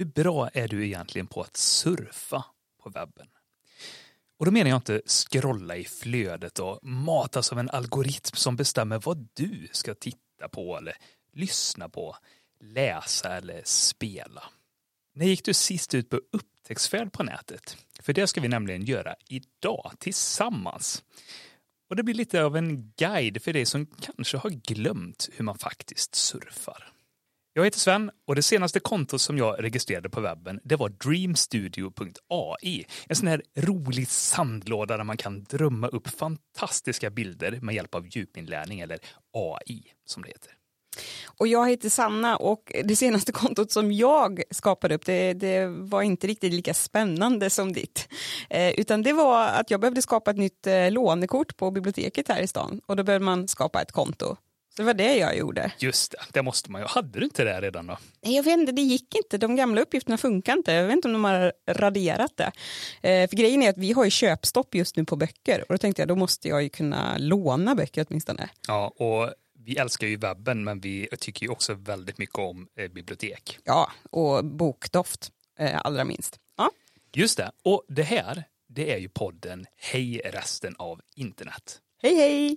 hur bra är du egentligen på att surfa på webben? Och då menar jag inte scrolla i flödet och matas av en algoritm som bestämmer vad du ska titta på eller lyssna på, läsa eller spela. När gick du sist ut på upptäcktsfärd på nätet? För det ska vi nämligen göra idag tillsammans. Och det blir lite av en guide för dig som kanske har glömt hur man faktiskt surfar. Jag heter Sven och det senaste kontot som jag registrerade på webben, det var dreamstudio.ai. En sån här rolig sandlåda där man kan drömma upp fantastiska bilder med hjälp av djupinlärning eller AI som det heter. Och jag heter Sanna och det senaste kontot som jag skapade upp det var inte riktigt lika spännande som ditt. Utan det var att jag behövde skapa ett nytt lånekort på biblioteket här i stan och då behövde man skapa ett konto. Så det var det jag gjorde. Just det måste man ju. Hade du inte det redan då? Nej, jag vet inte, det gick inte. De gamla uppgifterna funkar inte. Jag vet inte om de har raderat det. För grejen är att vi har ju köpstopp just nu på böcker. Och då tänkte jag, då måste jag ju kunna låna böcker åtminstone. Ja, och vi älskar ju webben men vi tycker ju också väldigt mycket om bibliotek. Ja, och bokdoft allra minst. Ja. Just det, och det här, det är ju podden Hej resten av internet. Hej hej!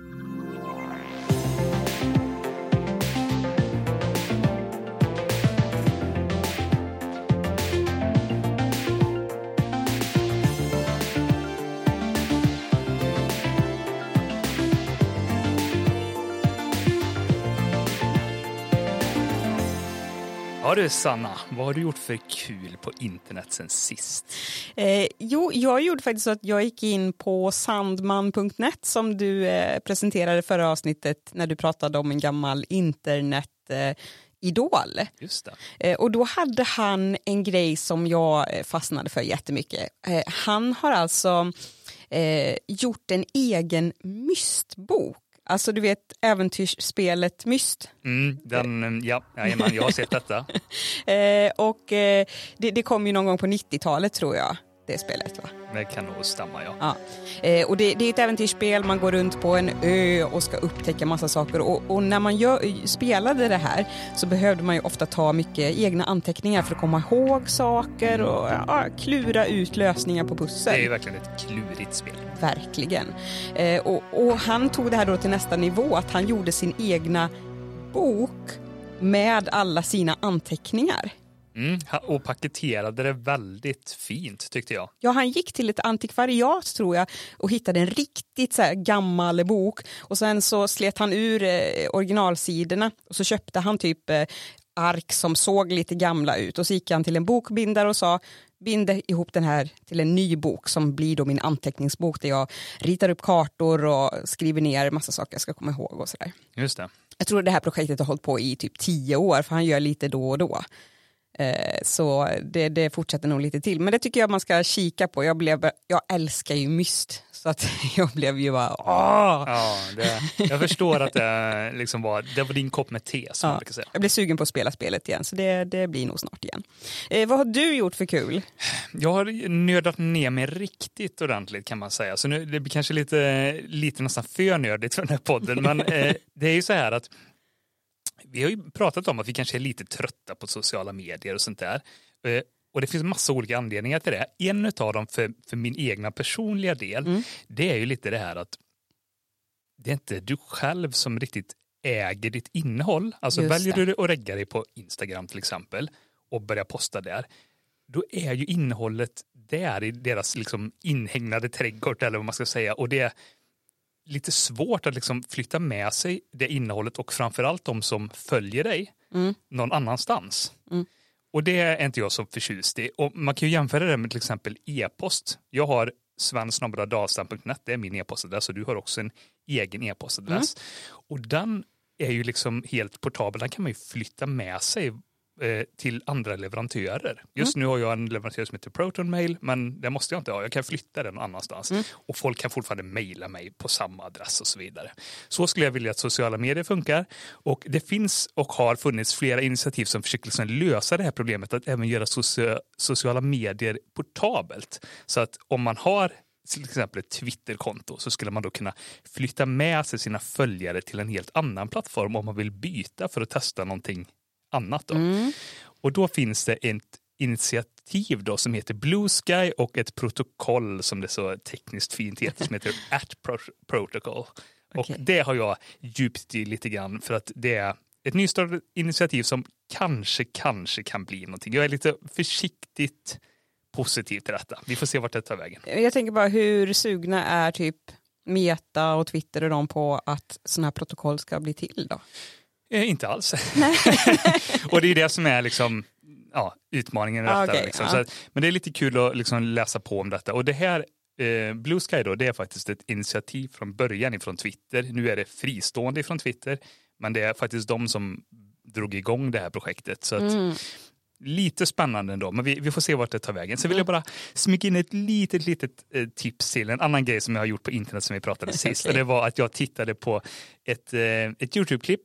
Ja du Sanna, vad har du gjort för kul på internet sen sist? Jo, jag gjorde faktiskt så att jag gick in på sandman.net som du presenterade förra avsnittet när du pratade om en gammal internetidol. Just det. Och då hade han en grej som jag fastnade för jättemycket. Han har alltså gjort en egen mystbok. Alltså du vet äventyrsspelet Myst. Jag har sett detta. Det kom ju någon gång på 90-talet tror jag, det spelet va? Det kan nog stämma, ja. Ja. Och det är ett äventyrsspel, man går runt på en ö och ska upptäcka massa saker. Och när man spelade det här så behövde man ju ofta ta mycket egna anteckningar för att komma ihåg saker och klura ut lösningar på pussel. Det är ju verkligen ett klurigt spel. Verkligen. Och han tog det här då till nästa nivå, att han gjorde sin egna bok med alla sina anteckningar. Och paketerade det väldigt fint tyckte jag. Ja, han gick till ett antikvariat tror jag och hittade en riktigt så här gammal bok. Och sen så slet han ur originalsidorna och så köpte han typ ark som såg lite gamla ut. Och så gick han till en bokbindare och sa, bind ihop den här till en ny bok som blir då min anteckningsbok där jag ritar upp kartor och skriver ner massa saker jag ska komma ihåg och sådär. Just det. Jag tror det här projektet har hållit på i typ 10 år för han gör lite då och då. Så det fortsätter nog lite till. Men det tycker jag man ska kika på. Jag älskar ju Myst. Så att jag blev ju bara Ja, jag förstår att det liksom det var din kopp med te som man brukar säga. Jag blir sugen på att spela spelet igen. Så det blir nog snart igen. Vad har du gjort för kul? Jag har nördat ner mig riktigt ordentligt kan man säga. Så nu, det blir kanske lite nästan för nördigt för den här podden. Men det är ju så här att vi har ju pratat om att vi kanske är lite trötta på sociala medier och sånt där. Och det finns massa olika anledningar till det. En av dem för min egna personliga del, det är ju lite det här att det är inte du själv som riktigt äger ditt innehåll. Alltså väljer du att regga dig på Instagram till exempel och börja posta där, då är ju innehållet där i deras liksom inhägnade trädgård eller vad man ska säga. Och det är lite svårt att liksom flytta med sig det innehållet och framförallt de som följer dig någon annanstans. Och det är inte jag så förtjust i. Och man kan ju jämföra det med till exempel e-post. Jag har sven@dalstam.net, det är min e-postadress och du har också en egen e-postadress. Och den är ju liksom helt portabel, den kan man ju flytta med sig till andra leverantörer. Just nu har jag en leverantör som heter ProtonMail, men det måste jag inte ha. Jag kan flytta den någon annanstans. Och folk kan fortfarande mejla mig på samma adress och så vidare. Så skulle jag vilja att sociala medier funkar. Och det finns och har funnits flera initiativ som försöker liksom lösa det här problemet att även göra sociala medier portabelt. Så att om man har till exempel ett Twitterkonto så skulle man då kunna flytta med sig sina följare till en helt annan plattform om man vill byta för att testa någonting annat då. Och då finns det ett initiativ då som heter Blue Sky och ett protokoll som det så tekniskt fint heter som heter @protocol. Och det har jag djupt i lite grann för att det är ett nystartat initiativ som kanske kan bli någonting. Jag är lite försiktigt positiv till detta. Vi får se vart det tar vägen. Jag tänker bara hur sugna är typ Meta och Twitter och de på att sådana här protokoll ska bli till då? Inte alls. Och det är det som är liksom utmaningen i detta. Okay, liksom. Så att, men det är lite kul att liksom läsa på om detta. Och det här Blue Sky då, det är faktiskt ett initiativ från början ifrån Twitter. Nu är det fristående ifrån Twitter, men det är faktiskt de som drog igång det här projektet. Så att, lite spännande ändå, men vi får se vart det tar vägen. Så vill jag bara smyga in ett litet tips till en annan grej som jag har gjort på internet som vi pratade sist. Och det var att jag tittade på ett YouTube-klipp.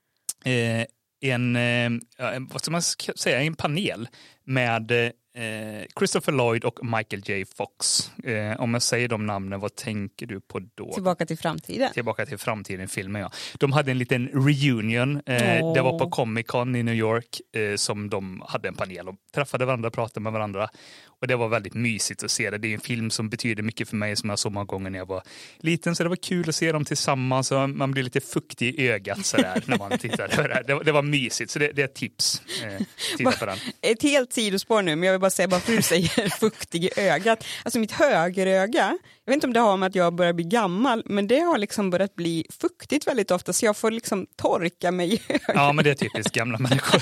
Vad ska man säga, en panel med Christopher Lloyd och Michael J. Fox. Om jag säger de namnen, vad tänker du på då? Tillbaka till framtiden. Tillbaka till framtiden, filmen, ja. De hade en liten reunion. Det var på Comic-Con i New York som de hade en panel och träffade varandra, pratade med varandra. Och det var väldigt mysigt att se det. Det är en film som betyder mycket för mig som jag såg många gånger när jag var liten. Så det var kul att se dem tillsammans. Och man blir lite fuktig i ögat sådär när man tittar på det. Det var mysigt, så det är ett tips. Titta på den. Ett helt sidospår nu, men jag vill bara säga bara för att du säger fuktig i ögat. Alltså mitt högeröga, jag vet inte om det har med att jag börjar bli gammal, men det har liksom börjat bli fuktigt väldigt ofta så jag får liksom torka mig i ögat. Ja, men det är typiskt gamla människor.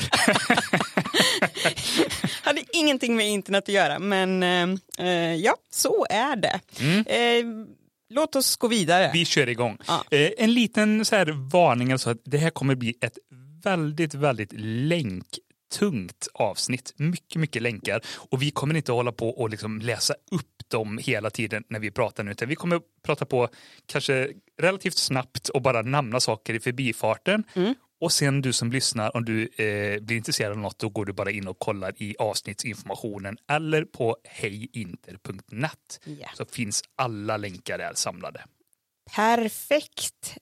Hade ingenting med internet att göra, men ja, så är det. Låt oss gå vidare. Vi kör igång. Ja. En liten så här varning, alltså att det här kommer bli ett väldigt länktungt avsnitt. Mycket länkar. Och vi kommer inte att hålla på och liksom läsa upp dem hela tiden när vi pratar nu. Vi kommer att prata på kanske relativt snabbt och bara nämna saker i förbifarten. Och sen du som lyssnar, om du blir intresserad av något, då går du bara in och kollar i avsnittsinformationen eller på hejinter.net. Yeah. Så finns alla länkar där samlade. Perfekt.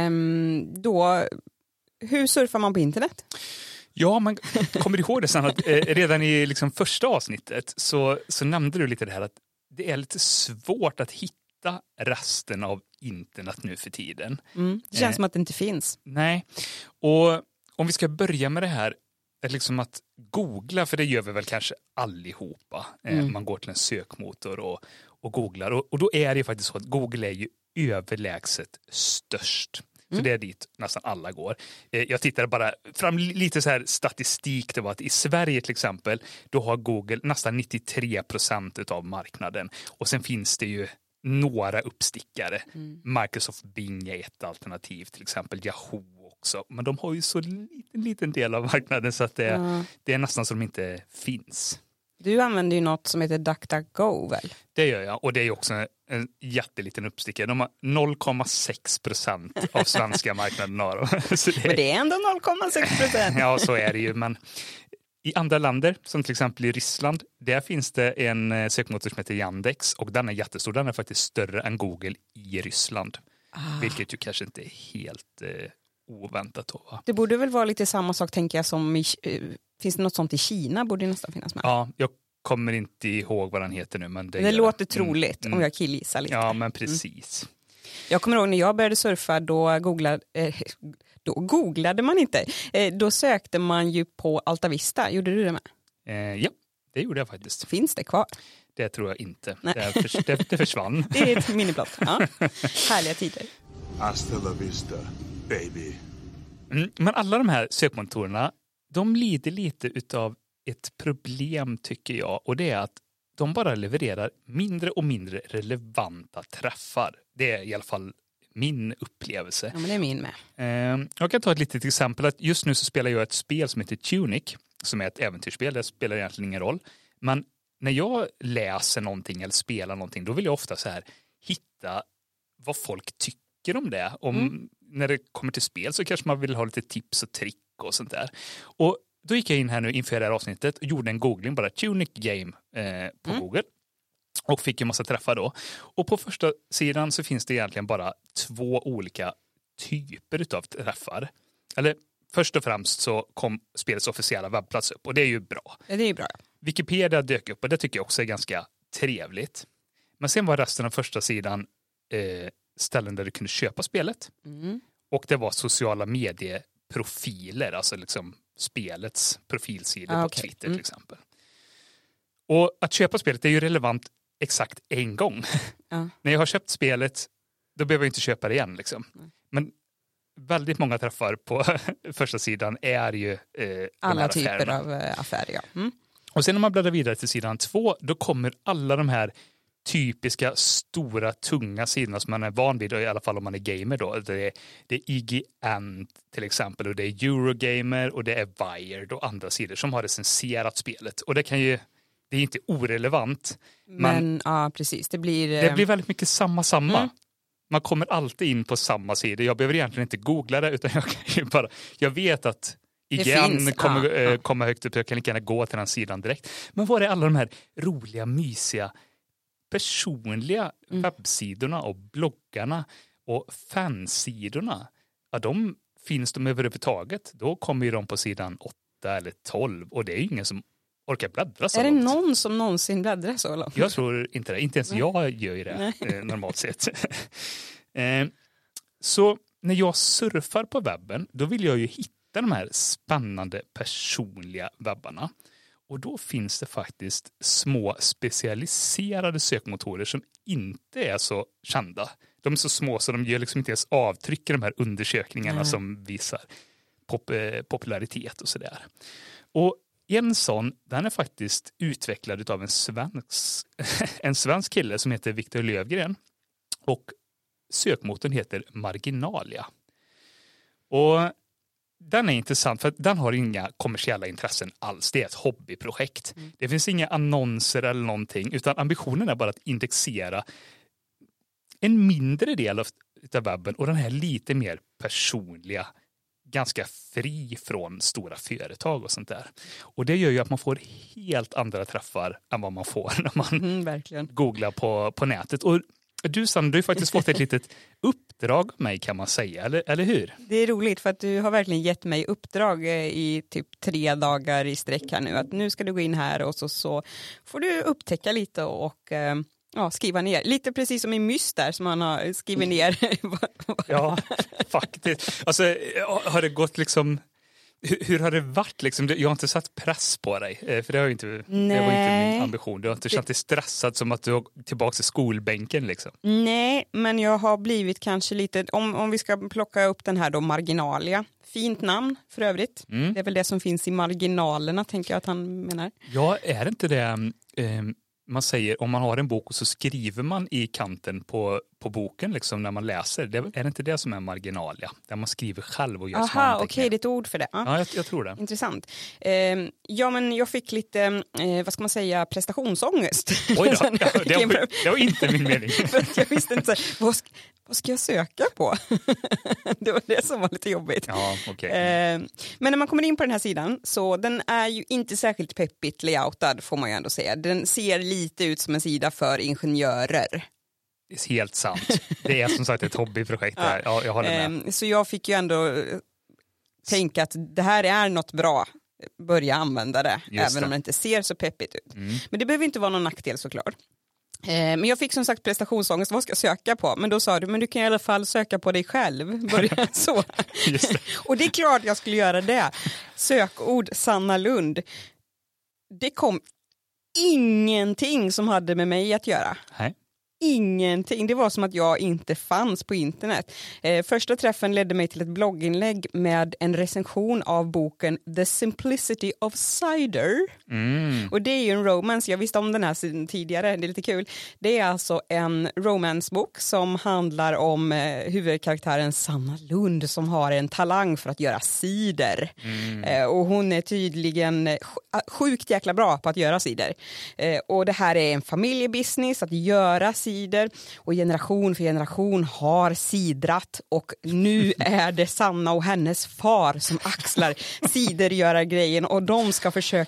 Då, hur surfar man på internet? Ja, man kommer ihåg det sen att redan i liksom första avsnittet så nämnde du lite det här att det är lite svårt att hitta resten av internet nu för tiden. Det känns som att det inte finns. Nej, och om vi ska börja med det här liksom att googla, för det gör vi väl kanske allihopa. Man går till en sökmotor och googlar. Och då är det faktiskt så att Google är ju överlägset störst. Så det är dit nästan alla går. Jag tittade bara fram lite så här statistik. Det var att i Sverige till exempel, då har Google nästan 93% av marknaden. Och sen finns det ju några uppstickare. Microsoft Bing är ett alternativ, till exempel Yahoo också. Men de har ju så liten del av marknaden så att det är nästan som de inte finns. Du använder ju något som heter DuckDuckGo väl? Det gör jag, och det är ju också en jätteliten uppstickare. De har 0,6% av svenska marknaden. Men det är ändå 0,6%. Ja, så är det ju. Men i andra länder, som till exempel i Ryssland, där finns det en sökmotor som heter Yandex. Och den är jättestor, den är faktiskt större än Google i Ryssland. Vilket ju kanske inte är helt oväntat. Va? Det borde väl vara lite samma sak, tänker jag, som finns det något sånt i Kina? Borde det nästan finnas med. Ja, jag kommer inte ihåg vad den heter nu. Men det låter troligt om jag killgissar lite. Ja, men precis. Jag kommer ihåg när jag började surfa, då googlade man inte. Då sökte man ju på Alta Vista. Gjorde du det med? Ja, det gjorde jag faktiskt. Finns det kvar? Det tror jag inte. Det försvann. Det är ett minneblad. Ja. Härliga tider. Hasta la vista, baby. Men alla de här sökmotorerna, de lider lite utav ett problem, tycker jag. Och det är att de bara levererar mindre och mindre relevanta träffar. Det är i alla fall min upplevelse. Ja, men det är min med. Jag kan ta ett litet exempel. Att just nu så spelar jag ett spel som heter Tunic, som är ett äventyrsspel. Det spelar egentligen ingen roll. Men när jag läser någonting eller spelar någonting, då vill jag ofta så här hitta vad folk tycker om det. När det kommer till spel så kanske man vill ha lite tips och trick och sånt där. Och då gick jag in här nu inför det här avsnittet och gjorde en googling, bara Tunic Game på Google. Och fick en massa träffar då. Och på första sidan så finns det egentligen bara 2 olika typer utav träffar. Eller först och främst så kom spelets officiella webbplats upp och det är ju bra. Det är ju bra. Wikipedia dök upp och det tycker jag också är ganska trevligt. Men sen var resten av första sidan ställen där du kunde köpa spelet. Och det var sociala medieprofiler, alltså liksom spelets profilsidor på Twitter till exempel. Och att köpa spelet är ju relevant exakt en gång. När jag har köpt spelet, då behöver jag inte köpa det igen. Liksom. Men väldigt många träffar på första sidan är ju alla typer av affärer. Ja. Och sen när man bläddrar vidare till sidan 2, då kommer alla de här typiska stora tunga sidorna som man är van vid, i alla fall om man är gamer då. Det är IGN till exempel och det är Eurogamer och det är Wired och andra sidor som har recenserat spelet. Och det är inte orelevant. Men ja, precis. Det blir väldigt mycket samma. Man kommer alltid in på samma sida. Jag behöver egentligen inte googla det utan jag vet att IGN kommer komma högt upp. Jag kan lika gärna gå till den sidan direkt. Men var är alla de här roliga, mysiga, personliga webbsidorna och bloggarna och fansidorna? Ja, finns de överhuvudtaget? Då kommer ju de på sidan 8 eller 12 och det är ju ingen som orkar bläddra så långt. Är det någon som någonsin bläddrar så långt? Jag tror inte det. Inte ens jag gör ju det normalt sett. Så när jag surfar på webben, då vill jag ju hitta de här spännande personliga webbarna. Och då finns det faktiskt små specialiserade sökmotorer som inte är så kända. De är så små så de gör liksom inte ens avtryck i de här undersökningarna som visar popularitet och sådär. Och en sån, den är faktiskt utvecklad av en svensk kille som heter Viktor Lövgren. Och sökmotorn heter Marginalia. Och den är intressant för att den har inga kommersiella intressen alls. Det är ett hobbyprojekt. Det finns inga annonser eller någonting utan ambitionen är bara att indexera en mindre del av webben och den här lite mer personliga, ganska fri från stora företag och sånt där. Och det gör ju att man får helt andra träffar än vad man får när man verkligen googlar på nätet. Och du Sanna, du har faktiskt fått ett litet uppdrag av mig kan man säga, eller hur? Det är roligt för att du har verkligen gett mig uppdrag i typ 3 dagar i sträck här nu. Att nu ska du gå in här och så får du upptäcka lite och skriva ner. Lite precis som i Myss där som man har skrivit ner. Ja, faktiskt. Alltså, har det gått liksom... Hur har det varit liksom? Jag har inte satt press på dig, för det var inte min ambition. Du har inte känt dig stressad som att du är tillbaka till skolbänken liksom. Nej, men jag har blivit kanske lite, om vi ska plocka upp den här då, Marginalia. Fint namn för övrigt. Det är väl det som finns i marginalerna, tänker jag att han menar. Ja, är det inte det... man säger, om man har en bok och så skriver man i kanten på boken liksom när man läser. Är det inte det som är marginalia? Där man skriver själv och gör små anteckningar. Okej, det är ett ord för det. Ja, jag tror det. Intressant. Men jag fick lite, vad ska man säga, prestationsångest. Oj då, det var inte min mening. För att jag visste inte, vad ska jag söka på? Det var det som var lite jobbigt. Ja, okay. Men när man kommer in på den här sidan så den är ju inte särskilt peppigt layoutad får man ju ändå säga. Den ser lite ut som en sida för ingenjörer. Det är helt sant. Det är som sagt ett hobbyprojekt här. Ja, jag håller med. Så jag fick ju ändå tänka att det här är något bra. Börja använda det, även om det inte ser så peppigt ut. Men det behöver inte vara någon nackdel såklart. Men jag fick som sagt prestationsångest, vad ska jag söka på? Men då sa du, men du kan i alla fall söka på dig själv. Börja så. Just det. Och det är klart jag skulle göra det. Sökord Sanna Lund. Det kom ingenting som hade med mig att göra. Nej. Ingenting. Det var som att jag inte fanns på internet. Första träffen ledde mig till ett blogginlägg med en recension av boken The Simplicity of Cider. Och det är ju en romance. Jag visste om den här tidigare. Det är lite kul. Det är alltså en romancebok som handlar om huvudkaraktären Sanna Lund som har en talang för att göra cider. Och hon är tydligen sjukt jäkla bra på att göra cider. Och det här är en familjebusiness att göra cider och generation för generation har sidrat och nu är det Sanna och hennes far som axlar cidergöra-grejen och de ska försöka att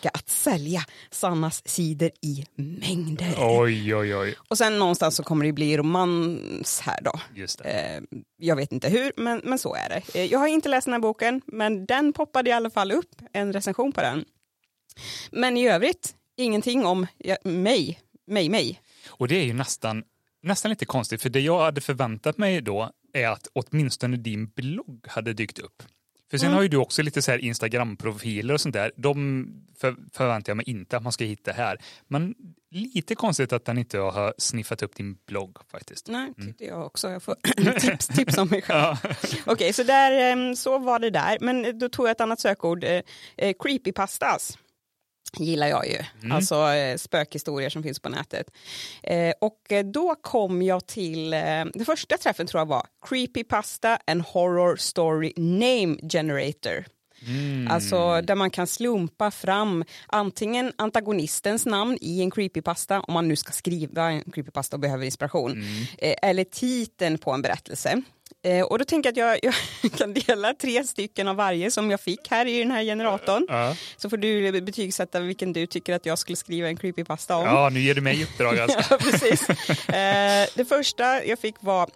sälja Sannas sidor i mängder. Oj, oj, oj. Och sen någonstans så kommer det bli romans här då. Just det. Jag vet inte hur, men så är det. Jag har inte läst den här boken, men den poppade i alla fall upp, en recension på den. Men i övrigt, ingenting om mig. Och det är ju nästan lite konstigt, för det jag hade förväntat mig då är att åtminstone din blogg hade dykt upp. För sen har ju du också lite så här Instagram-profiler och sånt där. De förväntar jag mig inte att man ska hitta här. Men lite konstigt att den inte har sniffat upp din blogg faktiskt. Nej, tyckte jag också. Jag får tips om mig själv. Okej, så var det där. Men då tog jag ett annat sökord. Creepypastas gillar jag ju. Alltså spökhistorier som finns på nätet. Och då kom jag till, det första träffen tror jag var Creepypasta and Horror Story Name Generator. Alltså där man kan slumpa fram antingen antagonistens namn i en creepypasta, om man nu ska skriva en creepypasta och behöver inspiration, eller titeln på en berättelse. Och då tänker jag att jag kan dela 3 stycken av varje som jag fick här i den här generatorn. Så får du betygsätta vilken du tycker att jag skulle skriva en creepypasta om. Ja, nu ger du mig uppdrag alltså. Ja, precis. Det första jag fick var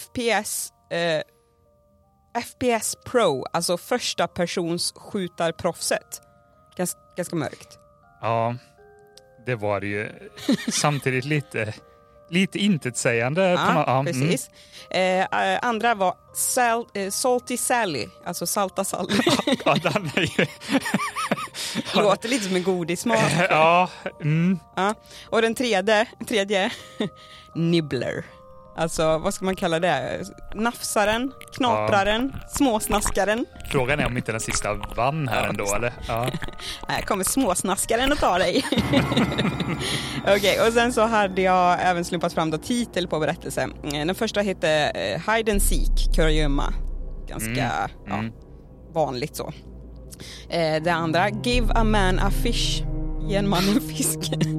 FPS Pro, alltså första persons skjutarproffset. Ganska mörkt. Ja, det var det ju. Samtidigt lite intetsägande. Precis. Andra var Salty Sally, alltså Salta Sally. Ja, den är ju... Låter lite som en godismak. Ja. Och den tredje Nibbler. Alltså, vad ska man kalla det? Nafsaren, knapraren, småsnaskaren. Frågan är om inte den sista vann här ändå, eller? Ja. Här kommer småsnaskaren att ta dig. Okej, och sen så hade jag även slumpat fram då titel på berättelsen. Den första heter Hide and Seek, kurragömma. Ganska vanligt så. Det andra, Give a man a fish. Ge en man en fisk.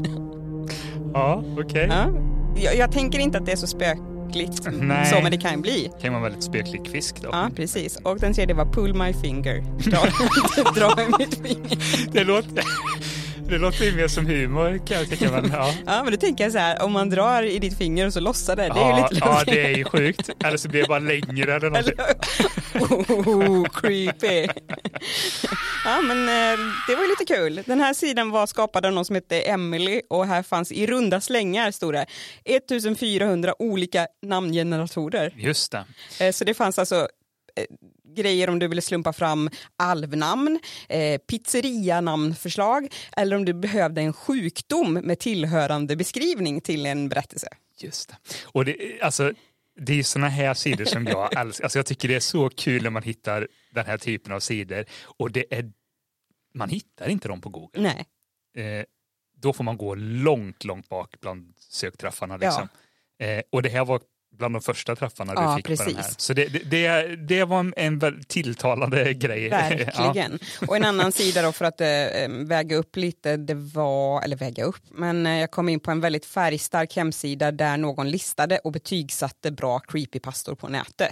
Ja, okej. Ja. Jag tänker inte att det är så spökligt som det kan bli. Kan vara väldigt spöklik fisk då. Ja, precis. Och den tredje var Pull my finger. Dra i mitt finger. Det låter ju mer som humor kan jag tycka. Ja, men då tänker jag så här, om man drar i ditt finger och så lossar det är ju lite läskigt. Ja, det är ju sjukt. Eller så blir det bara längre eller någonting. Creepy. Ja, men det var ju lite kul. Den här sidan var skapad av någon som hette Emily och här fanns i runda slängar, står det, 1400 olika namngeneratorer. Just det. Så det fanns alltså grejer om du ville slumpa fram alvnamn, pizzerianamnförslag eller om du behövde en sjukdom med tillhörande beskrivning till en berättelse. Just det. Och det är såna här sidor som jag älskar. Alltså jag tycker det är så kul när man hittar den här typen av sidor och man hittar inte dem på Google. Nej. Då får man gå långt bak bland sökträffarna liksom. Ja. Och det här var bland de första träffarna du fick på den här. Så det var en väldigt tilltalande grej. Verkligen. Ja. Och en annan sida då för att väga upp lite, men jag kom in på en väldigt färgstark hemsida där någon listade och betygsatte bra creepypastor på nätet.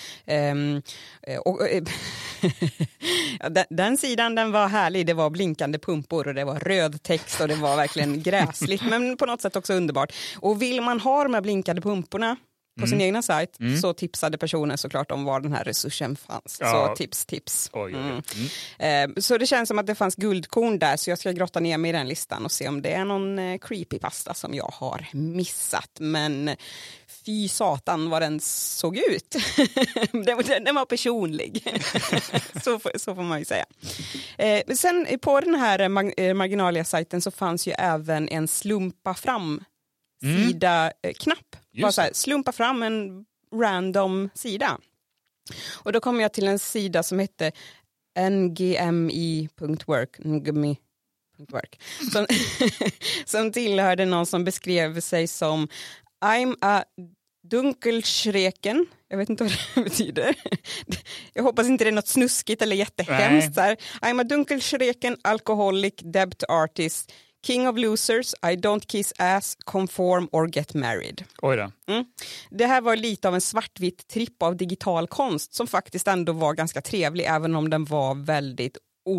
Den sidan, den var härlig. Det var blinkande pumpor och det var röd text och det var verkligen gräsligt, men på något sätt också underbart. Och vill man ha de här blinkande pumporna på sin egna sajt så tipsade personen såklart om var den här resursen fanns. Ja. Så tips. Så det känns som att det fanns guldkorn där, så jag ska grotta ner mig i den listan och se om det är någon creepypasta som jag har missat. Men fy satan vad den såg ut. Den var personlig. så får man ju säga. Sen på den här Marginalia-sajten så fanns ju även en slumpa fram sida-knapp. Bara så här, slumpa fram en random sida. Och då kom jag till en sida som hette ngmi.work som tillhörde någon som beskrev sig som I'm a Dunkelschrecken. Jag vet inte vad det betyder. Jag hoppas inte det är något snuskigt eller jättehemskt. I'm a Dunkelschrecken, alcoholic, debt artist, king of losers, I don't kiss ass, conform or get married. Oj då. Det här var lite av en svartvitt tripp av digital konst som faktiskt ändå var ganska trevlig, även om den var väldigt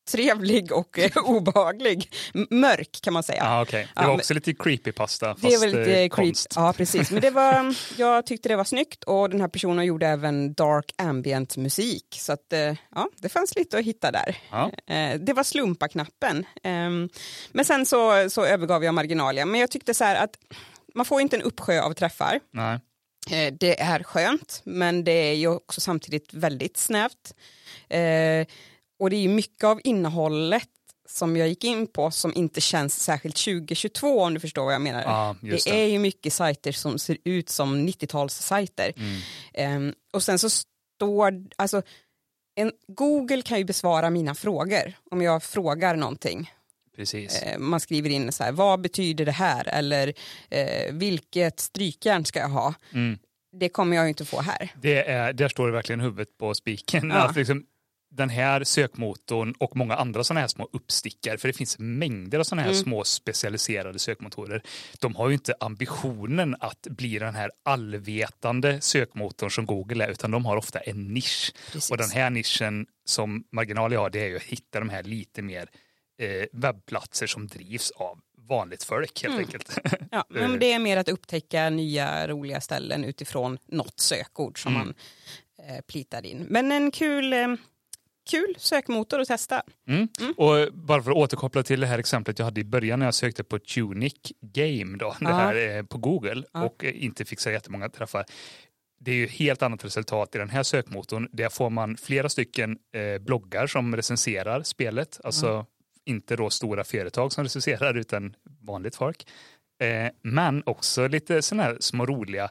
trevlig och obehaglig. Mörk kan man säga. Okay. Det var också lite creepypasta, fast det var lite konst. Ja, precis. Men jag tyckte det var snyggt, och den här personen gjorde även dark ambient musik. Så att, det fanns lite att hitta där. Ja. Det var slumpa-knappen. Men sen så övergav jag Marginalia. Men jag tyckte så här att man får inte en uppsjö av träffar. Nej. Det är skönt, men det är ju också samtidigt väldigt snävt. Och det är ju mycket av innehållet som jag gick in på som inte känns särskilt 2022, om du förstår vad jag menar. Ja, det är ju mycket sajter som ser ut som 90-talssajter. Och sen så står, alltså Google kan ju besvara mina frågor om jag frågar någonting. Precis. Man skriver in så här, vad betyder det här? Eller vilket strykjärn ska jag ha? Det kommer jag ju inte få här. Där står det verkligen huvudet på spiken. Ja. Att liksom, den här sökmotorn och många andra sådana här små uppstickare, för det finns mängder av sådana här små specialiserade sökmotorer. De har ju inte ambitionen att bli den här allvetande sökmotorn som Google är, utan de har ofta en nisch. Precis. Och den här nischen som Marginalia har, det är ju att hitta de här lite mer webbplatser som drivs av vanligt folk helt enkelt. Ja, men det är mer att upptäcka nya roliga ställen utifrån något sökord som man plitar in. Men en kul sökmotor att testa. Och bara för att återkoppla till det här exemplet jag hade i början när jag sökte på Tunic Game då, det här på Google och inte fick så jättemånga träffar. Det är ju helt annat resultat i den här sökmotorn. Där får man flera stycken bloggar som recenserar spelet. Alltså inte då stora företag som recenserar utan vanligt folk. Men också lite sådana här små roliga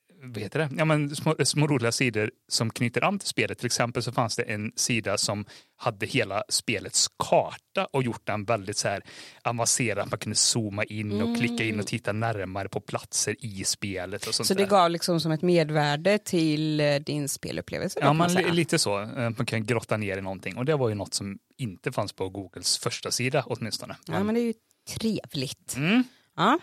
små roliga sidor som knyter an till spelet. Till exempel så fanns det en sida som hade hela spelets karta och gjort den väldigt så här avancerad. Man kunde zooma in och klicka in och titta närmare på platser i spelet och sånt. Så det gav liksom som ett medvärde till din spelupplevelse? Ja, lite så. Man kan grotta ner i någonting. Och det var ju något som inte fanns på Googles första sida åtminstone. Ja, men det är ju trevligt. Ja.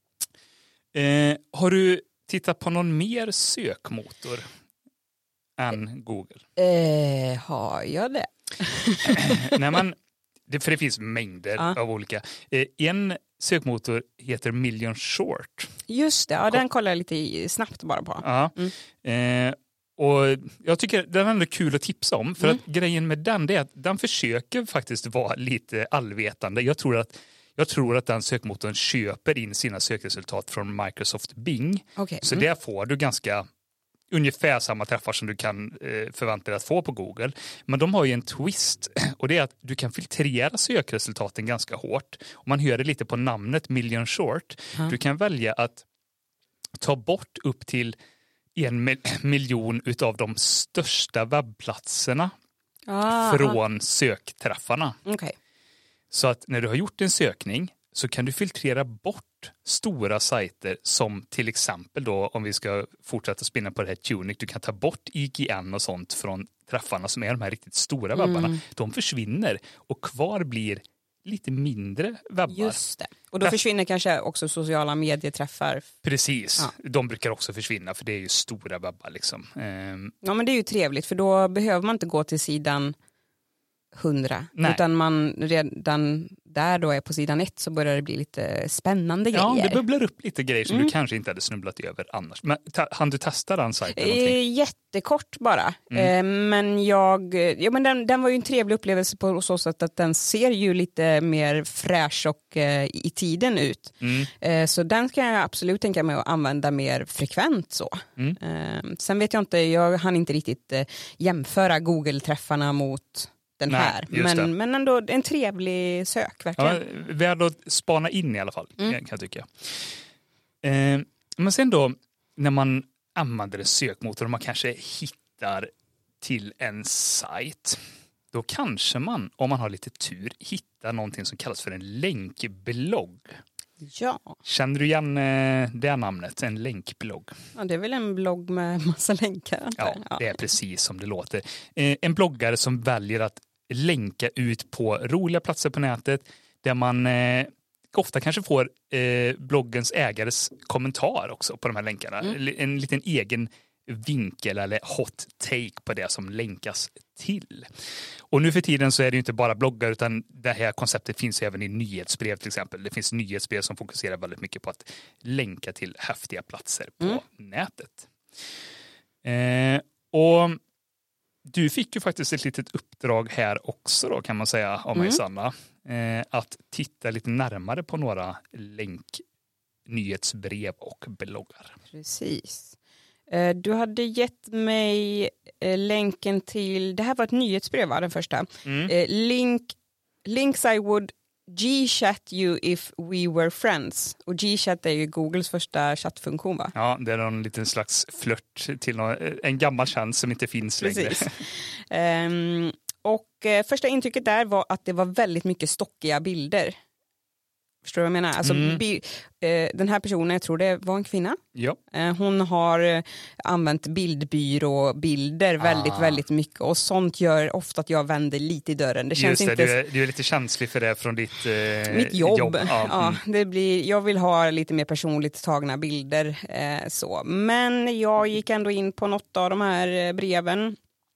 Har du tittat på någon mer sökmotor än Google? Har jag det? Nej, men för det finns mängder av olika. En sökmotor heter Million Short. Just det, den kollar jag lite snabbt bara på. Ja. Och jag tycker den är ändå kul att tipsa om. För att grejen med den är att den försöker faktiskt vara lite allvetande. Jag tror att den sökmotorn köper in sina sökresultat från Microsoft Bing. Okay. Så där får du ungefär samma träffar som du kan förvänta dig att få på Google. Men de har ju en twist, och det är att du kan filtrera sökresultaten ganska hårt. Och man hör det lite på namnet Million Short. Du kan välja att ta bort upp till 1 miljon utav de största webbplatserna från sökträffarna. Okay. Så att när du har gjort en sökning så kan du filtrera bort stora sajter som till exempel då, om vi ska fortsätta spinna på det här Tunic, du kan ta bort IGN och sånt från träffarna som är de här riktigt stora webbarna. De försvinner och kvar blir lite mindre webbar. Just det. Och då försvinner kanske också sociala medieträffar. Precis. Ja. De brukar också försvinna för det är ju stora webbar liksom. Ja, men det är ju trevligt för då behöver man inte gå till sidan 100. Nej. Utan man redan där då är på sidan 1 så börjar det bli lite spännande grejer. Ja, det bubblar upp lite grejer som du kanske inte hade snubblat över annars. Men hann du testa den sajten? Jättekort bara. Men men den var ju en trevlig upplevelse på så sätt att den ser ju lite mer fräsch och i tiden ut. Så den kan jag absolut tänka mig att använda mer frekvent så. Sen vet jag inte, jag hann inte riktigt jämföra Google-träffarna mot den här. Men ändå en trevlig sök, verkligen. Ja, värd att spana in i alla fall, kan jag tycka. Men sen då, när man använder en sökmotor och man kanske hittar till en sajt, då kanske man, om man har lite tur, hittar någonting som kallas för en länkblogg. Ja. Känner du igen det namnet, en länkblogg? Ja, det är väl en blogg med massa länkar. Ja, det är precis som det låter. En bloggare som väljer att länka ut på roliga platser på nätet där man ofta kanske får bloggens ägares kommentar också på de här länkarna. En liten egen vinkel eller hot take på det som länkas till. Och nu för tiden så är det ju inte bara bloggar, utan det här konceptet finns även i nyhetsbrev till exempel. Det finns nyhetsbrev som fokuserar väldigt mycket på att länka till häftiga platser på nätet. Och du fick ju faktiskt ett litet uppdrag här också då, kan man säga, av mig, Sanna. Att titta lite närmare på några nyhetsbrev och bloggar. Precis. Du hade gett mig länken till, det här var ett nyhetsbrev, den första. Links I would G-chat you if we were friends. Och G-chat är ju Googles första chattfunktion, va? Ja, det är någon liten slags flört till en gammal tjänst som inte finns längre. Och första intrycket där var att det var väldigt mycket stockiga bilder. Förstår du vad jag menar? Alltså, den här personen, jag tror det var en kvinna. Ja. Hon har använt bildbyråbilder väldigt mycket. Och sånt gör ofta att jag vänder lite i dörren. Det känns just det, inte... du är lite känslig för det från ditt mitt jobb. Ja. Jag vill ha lite mer personligt tagna bilder. Så. Men jag gick ändå in på något av de här breven.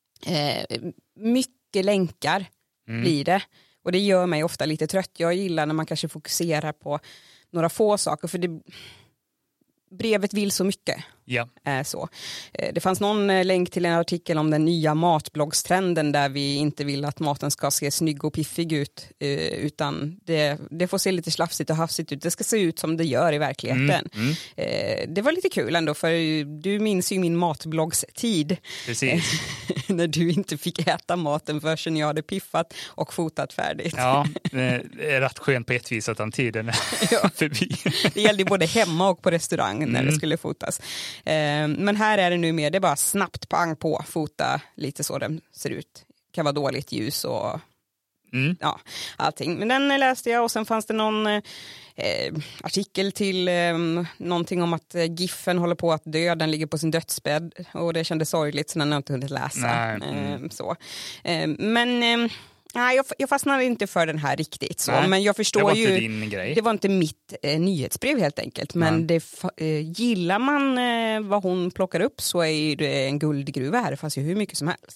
Mycket länkar blir det. Och det gör mig ofta lite trött. Jag gillar när man kanske fokuserar på några få saker. För brevet vill så mycket. Ja. Så. Det fanns någon länk till en artikel om den nya matbloggstrenden där vi inte vill att maten ska se snygg och piffig ut, utan det får se lite slafsigt och hafsigt ut. Det ska se ut som det gör i verkligheten. Det var lite kul ändå, för du minns ju min matbloggstid. Precis. När du inte fick äta maten förrän jag hade piffat och fotat färdigt. Ja, det är rätt skönt på ett vis att den tiden är förbi. Det gällde både hemma och på restaurang när det skulle fotas. Men här är det nu mer, det är bara snabbt pang på, fota lite så den ser ut. Det kan vara dåligt ljus och allting. Men den läste jag, och sen fanns det någon artikel till någonting om att Giffen håller på att dö, den ligger på sin dödsbädd, och det kändes sorgligt, så den har jag inte hunnit läsa. Så. Men nej, jag fastnade inte för den här riktigt. Så. Nej, men jag förstår det var ju, inte din grej. Det var inte mitt nyhetsbrev helt enkelt. Men gillar man vad hon plockar upp, så är det en guldgruva här. Det fanns ju hur mycket som helst.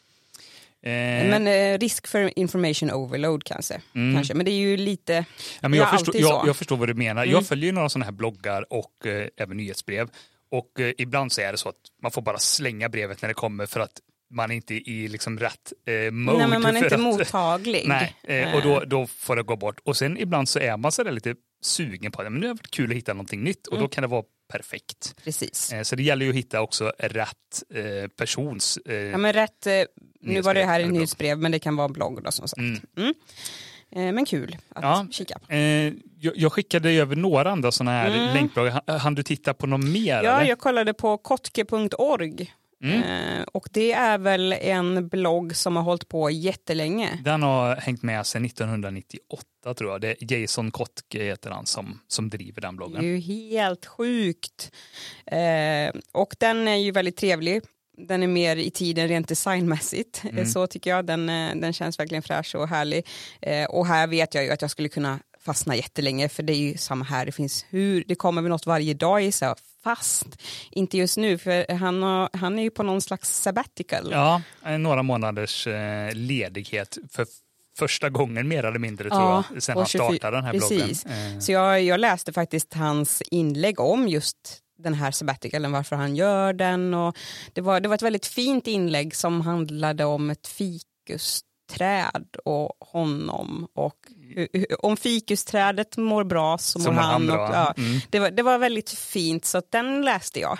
Men risk för information overload kanske. Men det är ju lite... Ja, men jag förstår vad du menar. Jag följer ju några sådana här bloggar och även nyhetsbrev. Och ibland så är det så att man får bara slänga brevet när det kommer, för att man är inte i liksom rätt mode. Nej, men man är inte mottaglig. Nej, och då får det gå bort. Och sen ibland så är man så där lite sugen på det. Men det har varit kul att hitta någonting nytt, och då kan det vara perfekt. Precis. Så det gäller ju att hitta också rätt persons... ja, men rätt... nu var det här en nyhetsbrev, men det kan vara blogg då, som sagt. Men kul att kika på. Jag skickade över några andra sådana här länkbloggar. Han du titta på någon mer? Ja, eller? Jag kollade på kotke.org. Och det är väl en blogg som har hållit på jättelänge. Den har hängt med sedan 1998 tror jag. Det är Jason Kotke heter han som driver den bloggen. Det är ju helt sjukt. Och den är ju väldigt trevlig. Den är mer i tiden rent designmässigt. Så tycker jag. Den känns verkligen fräsch och härlig. Och här vet jag ju att jag skulle kunna fastna jättelänge, för det är ju samma här. Det kommer väl något varje dag i så, fast inte just nu, för han är ju på någon slags sabbatical. Ja, några månaders ledighet för första gången mer eller mindre tror jag, sen han startade den här bloggen. Så jag läste faktiskt hans inlägg om just den här sabbaticalen, varför han gör den, och det var ett väldigt fint inlägg som handlade om ett fikusträd och honom, och om fikusträdet mår bra så mår han bra. Det var väldigt fint, så den läste jag.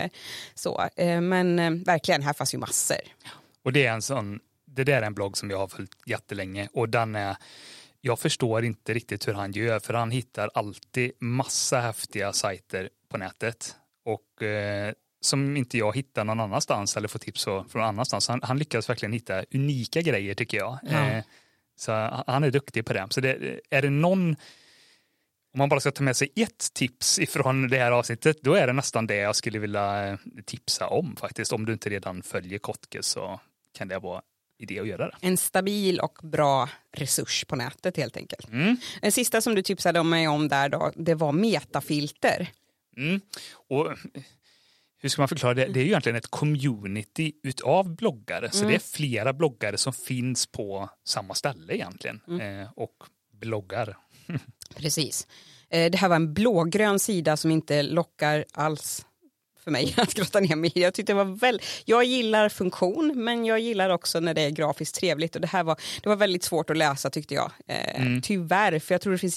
Men verkligen, här fanns ju massor. Och det där är en blogg som jag har följt jättelänge, och jag förstår inte riktigt hur han gör, för han hittar alltid massa häftiga sajter på nätet, och som inte jag hittar någon annanstans eller får tips från någon annanstans. Han lyckas verkligen hitta unika grejer, tycker jag. Så han är duktig på det. Så är det någon, om man bara ska ta med sig ett tips ifrån det här avsnittet, då är det nästan det jag skulle vilja tipsa om faktiskt. Om du inte redan följer Kotke, så kan det vara idé att göra det. En stabil och bra resurs på nätet helt enkelt. Den sista som du tipsade om mig om där då, det var metafilter. Och hur ska man förklara det? Det är ju egentligen ett community utav bloggare. Så det är flera bloggare som finns på samma ställe egentligen. Och bloggar. Precis. Det här var en blågrön sida som inte lockar alls för mig att grotta ner mig. Jag tyckte det var jag gillar funktion, men jag gillar också när det är grafiskt trevligt. Och det var väldigt svårt att läsa tyckte jag. Tyvärr, för jag tror det finns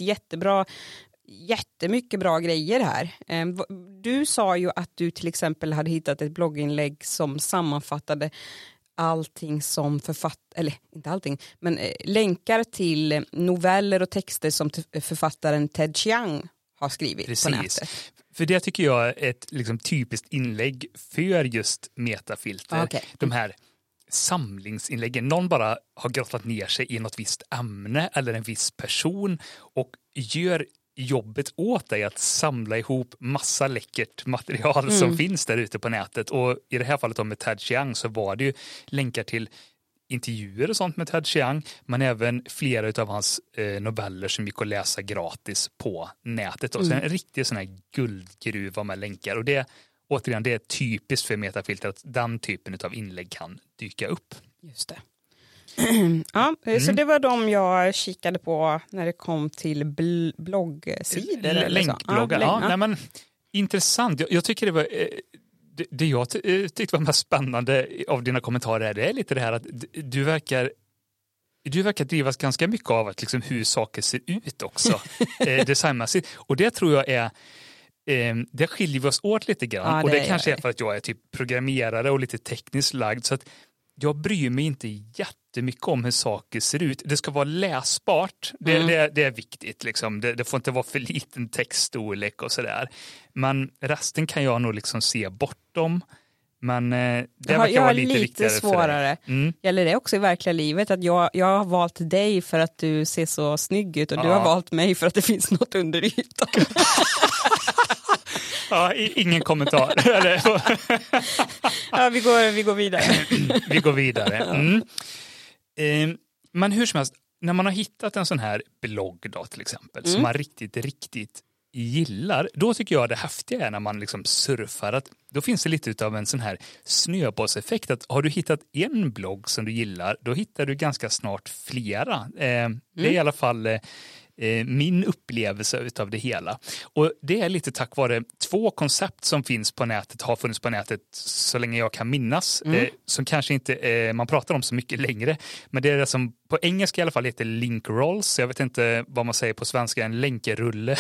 jättemycket bra grejer här. Du sa ju att du till exempel hade hittat ett blogginlägg som sammanfattade allting som eller inte allting, men länkar till noveller och texter som författaren Ted Chiang har skrivit på nätet. För det tycker jag är ett liksom typiskt inlägg för just metafilter. Okay. De här samlingsinläggen. Någon bara har grottat ner sig i något visst ämne eller en viss person och gör jobbet åt dig att samla ihop massa läckert material som finns där ute på nätet. Och i det här fallet med Ted Chiang så var det ju länkar till intervjuer och sånt med Ted Chiang, men även flera av hans noveller som gick att läsa gratis på nätet. Och så en riktig sån här guldgruva med länkar. Och det, återigen, det är typiskt för metafilter att den typen av inlägg kan dyka upp. Just det. Så det var de jag kikade på när det kom till bloggsidor. Länkbloggar, nej, men intressant. Jag tycker det var... Det jag tyckte var mest spännande av dina kommentarer det är lite det här att du verkar drivas ganska mycket av att liksom hur saker ser ut också designmässigt. Och det tror jag är det skiljer vi oss åt lite grann. Och det kanske är för att jag är typ programmerare och lite tekniskt lagd, så att jag bryr mig inte jättemycket om hur saker ser ut. Det ska vara läsbart. Det är viktigt. Liksom. Det får inte vara för liten textstorlek och sådär. Men resten kan jag nog liksom se bortom. Men det verkar vara lite svårare. Gäller det också i verkliga livet? Att jag har valt dig för att du ser så snygg ut och du har valt mig för att det finns något under ytan. Ja, ingen kommentar. Ja, vi går vidare. Vi går vidare. Men hur som helst, när man har hittat en sån här blogg då, till exempel, som man riktigt gillar, då tycker jag det häftiga är när man liksom surfar, att då finns det lite av en sån här snöbollseffekt, att har du hittat en blogg som du gillar, då hittar du ganska snart flera. Det är i alla fall min upplevelse utav det hela. Och det är lite tack vare 2 koncept som finns på nätet, har funnits på nätet så länge jag kan minnas, som kanske inte man pratar om så mycket längre, men det är det som på engelska i alla fall heter link rolls. Jag vet inte vad man säger på svenska, en länkerulle.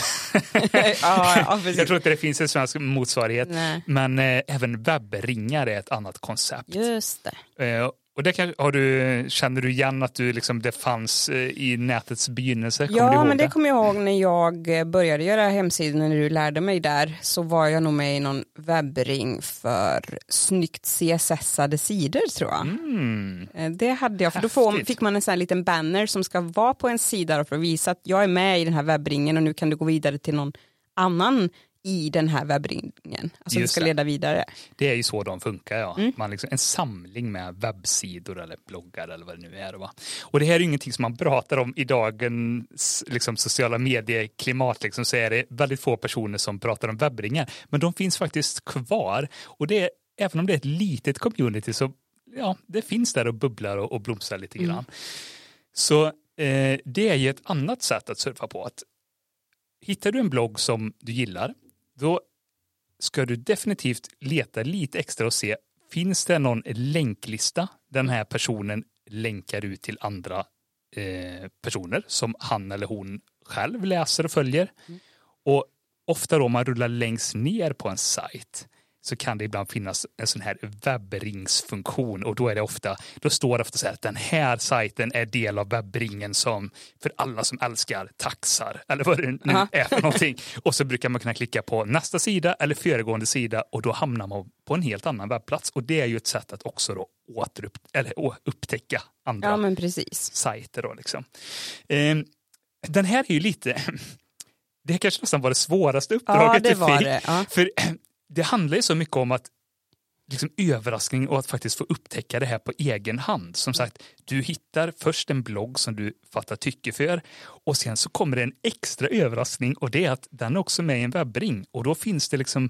Jag tror inte det finns en svensk motsvarighet. Nej. Men även webbringar är ett annat koncept. Just det. Och det känner du igen att du liksom, det fanns i nätets begynnelse? Men det kommer jag ihåg när jag började göra hemsidan, när du lärde mig där, så var jag nog med i någon webbring för snyggt CSS-ade sidor, tror jag. Det hade jag, för då fick man en sån här liten banner som ska vara på en sida för att visa att jag är med i den här webbringen och nu kan du gå vidare till någon annan i den här webbringen. Alltså du ska leda vidare. Det är ju så de funkar, ja. Man liksom, en samling med webbsidor eller bloggar eller vad det nu är. Va? Och det här är ju ingenting som man pratar om i dagens liksom, sociala medieklimat. Liksom, så är det väldigt få personer som pratar om webbringar. Men de finns faktiskt kvar. Och det är, även om det är ett litet community, så ja, det finns där och bubblar och blomstrar lite grann. Så det är ju ett annat sätt att surfa på. Att hittar du en blogg som du gillar, då ska du definitivt leta lite extra och se, finns det någon länklista den här personen länkar ut till andra personer som han eller hon själv läser och följer. Och ofta då man rullar längst ner på en sajt så kan det ibland finnas en sån här webbringsfunktion, och då står det ofta så här att den här sajten är del av webbringen som för alla som älskar taxar eller vad det nu är för någonting. Och så brukar man kunna klicka på nästa sida eller föregående sida och då hamnar man på en helt annan webbplats, och det är ju ett sätt att också då upptäcka andra sajter då liksom. Den här är ju lite det kanske nästan var det svåraste uppdraget det var det. För det handlar ju så mycket om att liksom överraskning och att faktiskt få upptäcka det här på egen hand. Som sagt, du hittar först en blogg som du fattar tycke för, och sen så kommer det en extra överraskning, och det är att den är också med i en webbring, och då finns det liksom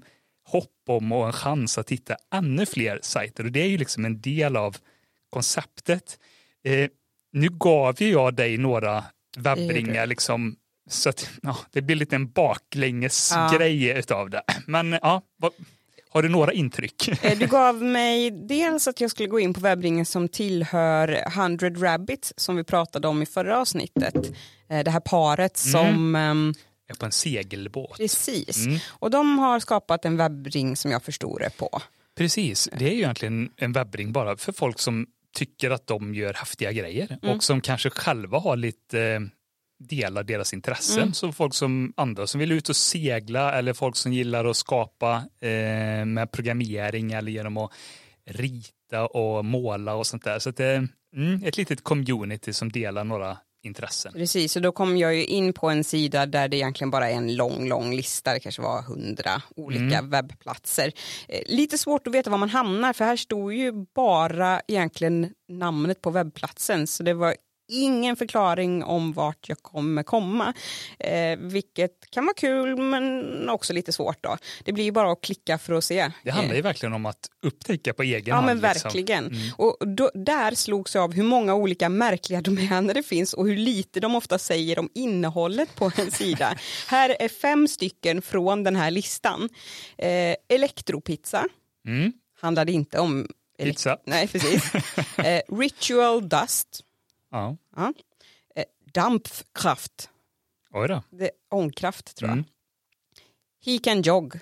hopp om och en chans att hitta ännu fler sajter. Och det är ju liksom en del av konceptet. Nu gav ju jag dig några webbringar liksom, så att det blir lite en baklänges grej utav det. Men har du några intryck? Du gav mig dels att jag skulle gå in på webbringen som tillhör 100 Rabbits som vi pratade om i förra avsnittet. Det här paret som... är på en segelbåt. Precis. Och de har skapat en webbring som jag förstår det på. Precis. Det är ju egentligen en webbring bara för folk som tycker att de gör häftiga grejer och som kanske själva har lite delar deras intressen. Så folk som andra som vill ut och segla eller folk som gillar att skapa med programmering eller genom att rita och måla och sånt där. Så att det är ett litet community som delar några intressen. Precis, och då kom jag ju in på en sida där det egentligen bara är en lång lista. Det kanske var 100 olika webbplatser. Lite svårt att veta var man hamnar, för här stod ju bara egentligen namnet på webbplatsen. Så det var ingen förklaring om vart jag kommer komma. Vilket kan vara kul men också lite svårt då. Det blir ju bara att klicka för att se. Det handlar ju verkligen om att upptäcka på egen hand. Ja men verkligen. Liksom. Och där slogs jag av hur många olika märkliga domäner det finns och hur lite de ofta säger om innehållet på en sida. Här är 5 stycken från den här listan. Elektropizza. Handlade inte om pizza. Nej, precis. Ritual dust. Ja. Dampkraft. Oj då. Det är ångkraft tror jag. He can jog.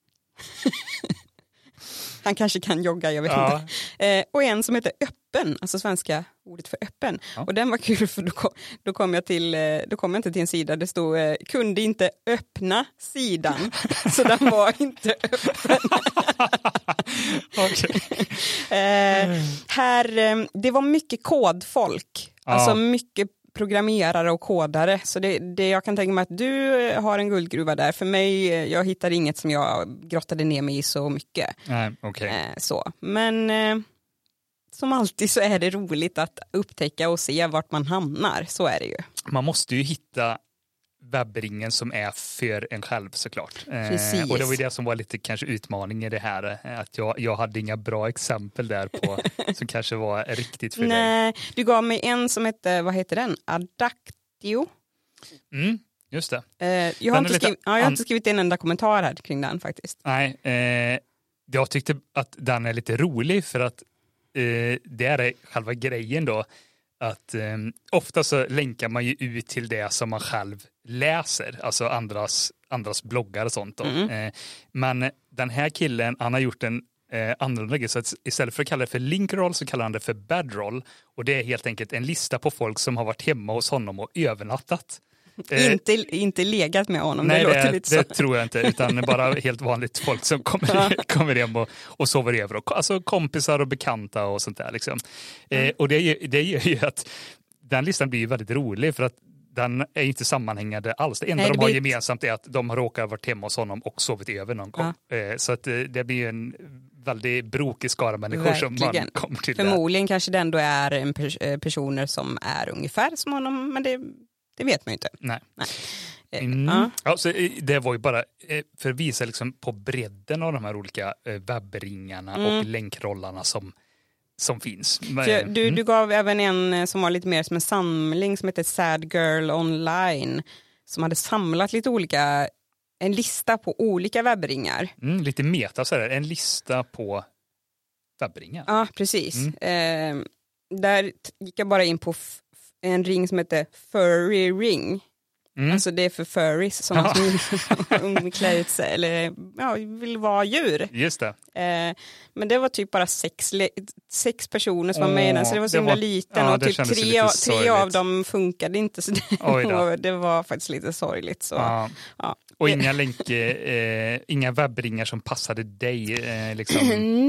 Han kanske kan jogga, jag vet inte. Och en som heter öppen, alltså svenska ordet för öppen. Ja. Och den var kul för då kom jag inte till en sida. Det stod kunde inte öppna sidan. Så den var inte öppen. Det var mycket kodfolk. Alltså mycket programmerare och kodare. Så det jag kan tänka mig att du har en guldgruva där. För mig, jag hittade inget som jag grottade ner mig i så mycket. Nej, okej. Så. Men som alltid så är det roligt att upptäcka och se vart man hamnar. Så är det ju. Man måste ju hitta webbringen som är för en själv såklart. Precis. Och det var ju det som var lite kanske utmaning i det här. Att jag hade inga bra exempel där på som kanske var riktigt för dig. Nej, du gav mig en som hette, vad heter den? Adactio. Just det. Jag har inte skrivit en enda kommentar här kring den faktiskt. Nej, jag tyckte att den är lite rolig för att det är själva grejen då. Att ofta så länkar man ju ut till det som man själv läser, alltså andras bloggar och sånt då. Men den här killen, han har gjort en annorlunda grej, så att istället för att kalla det för linkroll så kallar han det för badroll, och det är helt enkelt en lista på folk som har varit hemma hos honom och övernattat. Inte legat med honom. Nej, det låter lite det tror jag inte, utan bara helt vanligt folk som kommer hem och sover över. Alltså kompisar och bekanta och sånt där. Liksom. Och det gör ju att den listan blir ju väldigt rolig, för att den är inte sammanhängande alls. Det enda de har gemensamt är att de har råkat varit hemma hos honom och sovit över någon gång. Så att det blir en väldigt brokig skara människor som man kommer till. Förmodligen kanske det ändå är personer som är ungefär som honom, men det vet man ju inte. Nej. Så det var ju bara för att visa liksom på bredden av de här olika webbringarna och länkrollarna som finns. Du gav även en som var lite mer som en samling som heter Sad Girl Online, som hade samlat lite olika, en lista på olika webbringar. Lite meta så där, en lista på webbringar. Ja, precis. Där gick jag bara in på en ring som heter Furry Ring. Alltså det är för furries som klär ut sig eller vill vara djur. Just det. Men det var typ bara sex personer som var med i den, så det var så himla liten och typ tre av dem funkade inte, så det var faktiskt lite sorgligt. Så. Och inga webbringar som passade dig? Liksom.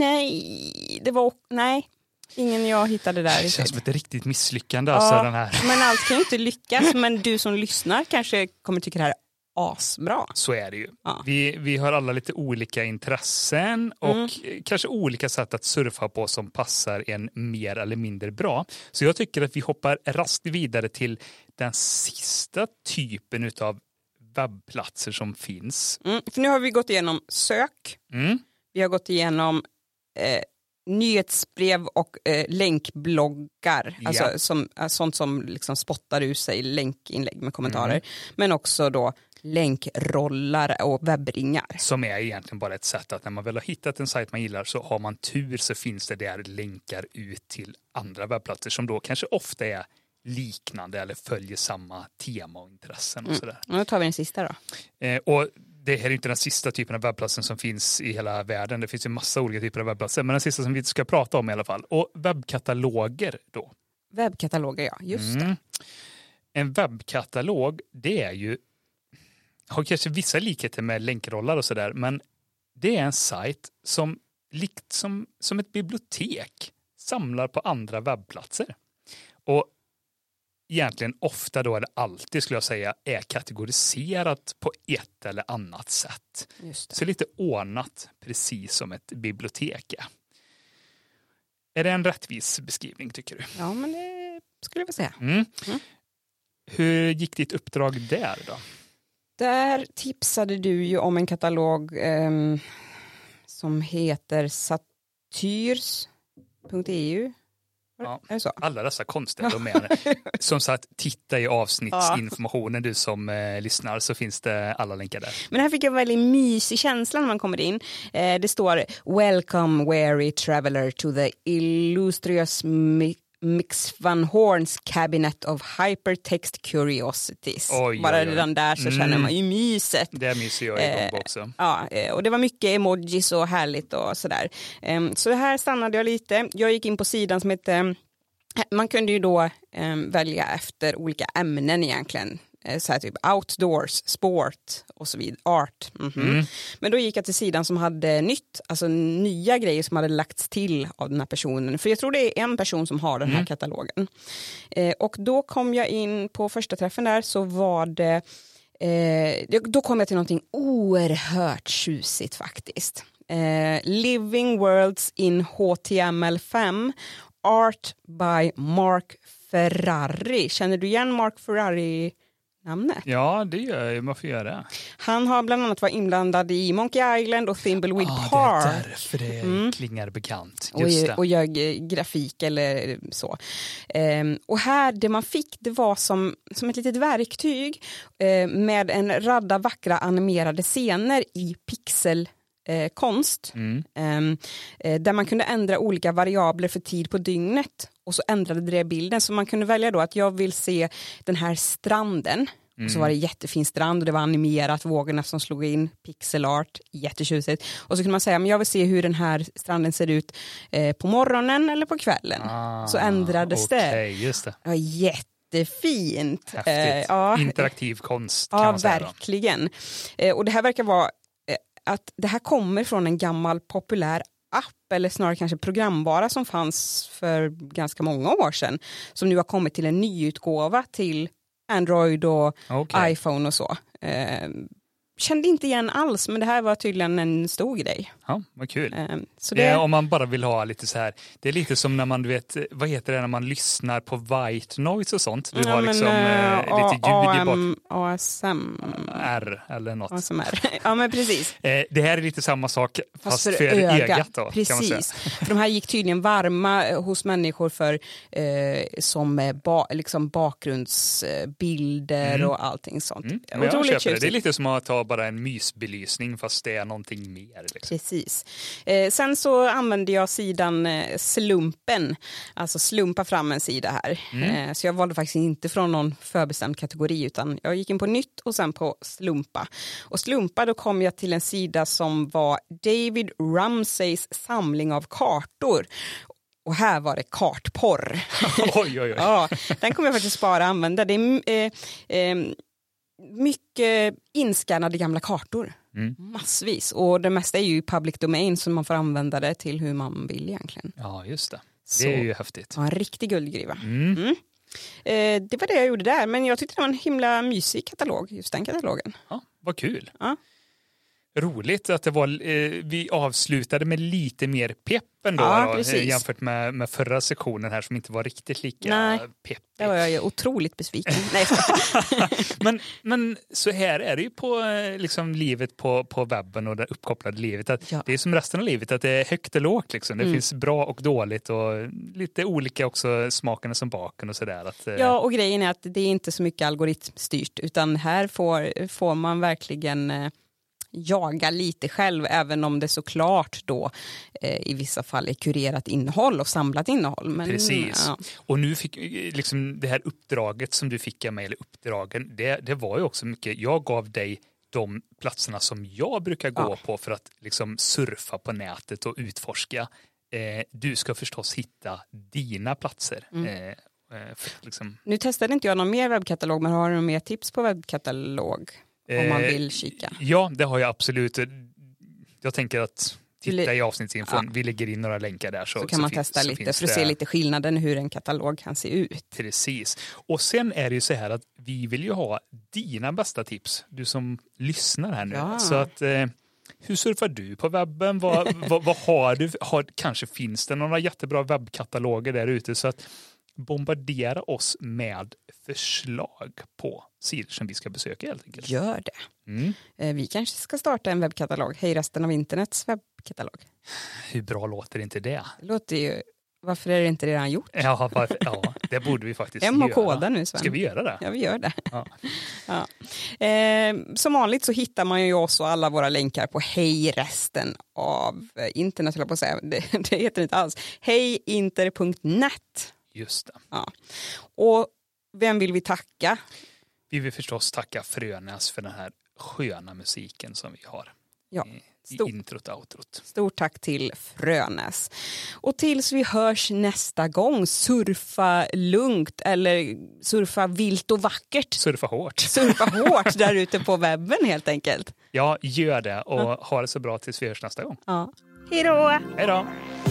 Nej. Ingen jag hittade där. Det känns som ett riktigt misslyckande. Alltså, den här. Men allt kan ju inte lyckas. Men du som lyssnar kanske kommer tycka det här är asbra. Så är det ju. Ja. Vi har alla lite olika intressen och kanske olika sätt att surfa på som passar en mer eller mindre bra. Så jag tycker att vi hoppar raskt vidare till den sista typen av webbplatser som finns. För nu har vi gått igenom sök. Vi har gått igenom nyhetsbrev och länkbloggar. Alltså sånt som liksom spottar ur sig länkinlägg med kommentarer. Men också då länkrollar och webbringar. Som är egentligen bara ett sätt att när man väl har hittat en sajt man gillar så har man tur så finns det där länkar ut till andra webbplatser som då kanske ofta är liknande eller följer samma tema och intressen och sådär. Och då tar vi den sista då. Och det här är inte den sista typen av webbplatsen som finns i hela världen. Det finns ju massa olika typer av webbplatser, men den sista som vi ska prata om i alla fall. Och webbkataloger då. Webbkataloger, ja. Just det. En webbkatalog, det är ju har kanske vissa likheter med länkrollar och sådär, men det är en sajt som likt som ett bibliotek samlar på andra webbplatser. Och egentligen ofta då, eller alltid skulle jag säga, är kategoriserat på ett eller annat sätt. Just det. Så lite ordnat, precis som ett bibliotek är. Är det en rättvis beskrivning tycker du? Ja, men det skulle jag säga. Hur gick ditt uppdrag där då? Där tipsade du ju om en katalog som heter satyrs.eu. Ja. Är det så? Alla dessa konstiga domäner. Som sagt, titta i avsnittsinformationen du som lyssnar så finns det alla länkar där. Men här fick jag en väldigt mysig känsla när man kommer in. Det står Welcome weary traveler to the illustrious Mix van Horns Cabinet of Hypertext Curiosities. Bara redan där så känner man ju myset. Det myser jag igång också. Ja, och det var mycket emojis och härligt och sådär. Så här stannade jag lite. Jag gick in på sidan som heter... Man kunde ju då välja efter olika ämnen egentligen. Så här typ outdoors, sport och så vidare, art. Men då gick jag till sidan som hade nytt, alltså nya grejer som hade lagts till av den här personen. För jag tror det är en person som har den här katalogen. Och då kom jag in på första träffen där så var det, då kom jag till någonting oerhört tjusigt faktiskt. Living Worlds in HTML5 Art by Mark Ferrari. Känner du igen Mark Ferrari? Namnet. Ja, det gör jag. Man får göra det. Han har bland annat varit inblandad i Monkey Island och Thimbleweed Park. Det är därför det klingar bekant. Just det. Och gör grafik eller så. Och här, det man fick, det var som ett litet verktyg med en radda vackra animerade scener i pixelkonst. Där man kunde ändra olika variabler för tid på dygnet. Och så ändrade det bilden. Så man kunde välja då att jag vill se den här stranden. Och så var det jättefin strand och det var animerat, vågorna som slog in, pixelart, jättetjusigt. Och så kunde man säga, men jag vill se hur den här stranden ser ut på morgonen eller på kvällen. Så ändrades det. Just det. Ja, jättefint. Häftigt. Interaktiv konst kan man säga. Ja, verkligen. Och det här verkar vara att det här kommer från en gammal populär app eller snarare kanske programvara som fanns för ganska många år sedan som nu har kommit till en nyutgåva till Android och iPhone och så. Kände inte igen alls, men det här var tydligen en stor grej. Ja, vad kul. Så det... Om man bara vill ha lite så här, det är lite som när man, du vet, vad heter det när man lyssnar på white noise och sånt? Du har liksom lite ljud i bak. ASMR eller något. ASMR. Ja, men precis. Det här är lite samma sak fast för ögat då. Precis. Kan man säga. För de här gick tydligen varma hos människor för som liksom bakgrundsbilder och allting sånt. Men jag köper det. Det är lite som att ta bara en mysbelysning fast det är någonting mer. Liksom. Precis. Sen så använde jag sidan slumpen, alltså slumpa fram en sida här. Så jag valde faktiskt inte från någon förbestämd kategori utan jag gick in på nytt och sen på slumpa. Och slumpa, då kom jag till en sida som var David Ramsays samling av kartor. Och här var det kartporr. Oj. Ja, den kommer jag faktiskt bara använda. Det är mycket inskannade gamla kartor. Massvis. Och det mesta är ju i public domain så man får använda det till hur man vill egentligen. Ja, just det. Så, det är ju häftigt. Ja, en riktig guldgriva. Det var det jag gjorde där. Men jag tyckte det var en himla mysig katalog, just den katalogen. Ja, vad kul. Ja. Roligt att det var, vi avslutade med lite mer pepp ändå jämfört med förra sektionen här som inte var riktigt lika peppig. Det var jag ju otroligt besviken. Nej. men så här är det ju på liksom, livet på webben och det uppkopplade livet. Att det är som resten av livet, att det är högt och lågt. Liksom. Det finns bra och dåligt och lite olika också smakerna som baken och sådär. Ja, och grejen är att det är inte så mycket algoritmstyrt utan här får man verkligen jaga lite själv, även om det såklart då i vissa fall är kurerat innehåll och samlat innehåll. Men, precis. Ja. Och nu fick liksom det här uppdraget som du fick av mig, eller uppdragen, det var ju också mycket, jag gav dig de platserna som jag brukar gå på för att liksom surfa på nätet och utforska. Du ska förstås hitta dina platser. Liksom. Nu testade inte jag någon mer webbkatalog, men har du någon mer tips på webbkatalog? Om man vill kika. Ja, det har jag absolut. Jag tänker att titta i avsnittsinfon. Vi lägger in några länkar där. Så kan man testa lite för att se lite skillnaden hur en katalog kan se ut. Precis. Och sen är det ju så här att vi vill ju ha dina bästa tips. Du som lyssnar här nu. Ja. Så att hur surfar du på webben? Vad har du? Kanske finns det några jättebra webbkataloger där ute, så att bombardera oss med förslag på sidor som vi ska besöka helt enkelt. Gör det. Vi kanske ska starta en webbkatalog. Hej, resten av internets webbkatalog. Hur bra låter inte det? Det låter ju... Varför är det inte redan gjort? Ja, det borde vi faktiskt göra. koda nu, Sven. Ska vi göra det? Ja, vi gör det. Ja. Som vanligt så hittar man ju också alla våra länkar på Hej resten av internet, höll jag på att säga. Det heter inte alls. hejinter.net. Just det. Ja. Och vem vill vi tacka? Vi vill förstås tacka Frönäs för den här sköna musiken som vi har. Ja. I introt och outrot. Stort tack till Frönäs. Och tills vi hörs nästa gång, surfa lugnt eller surfa vilt och vackert. Surfa hårt. Surfa hårt där ute på webben helt enkelt. Ja, gör det och ha det så bra tills vi hörs nästa gång. Ja. Hej då! Hej då!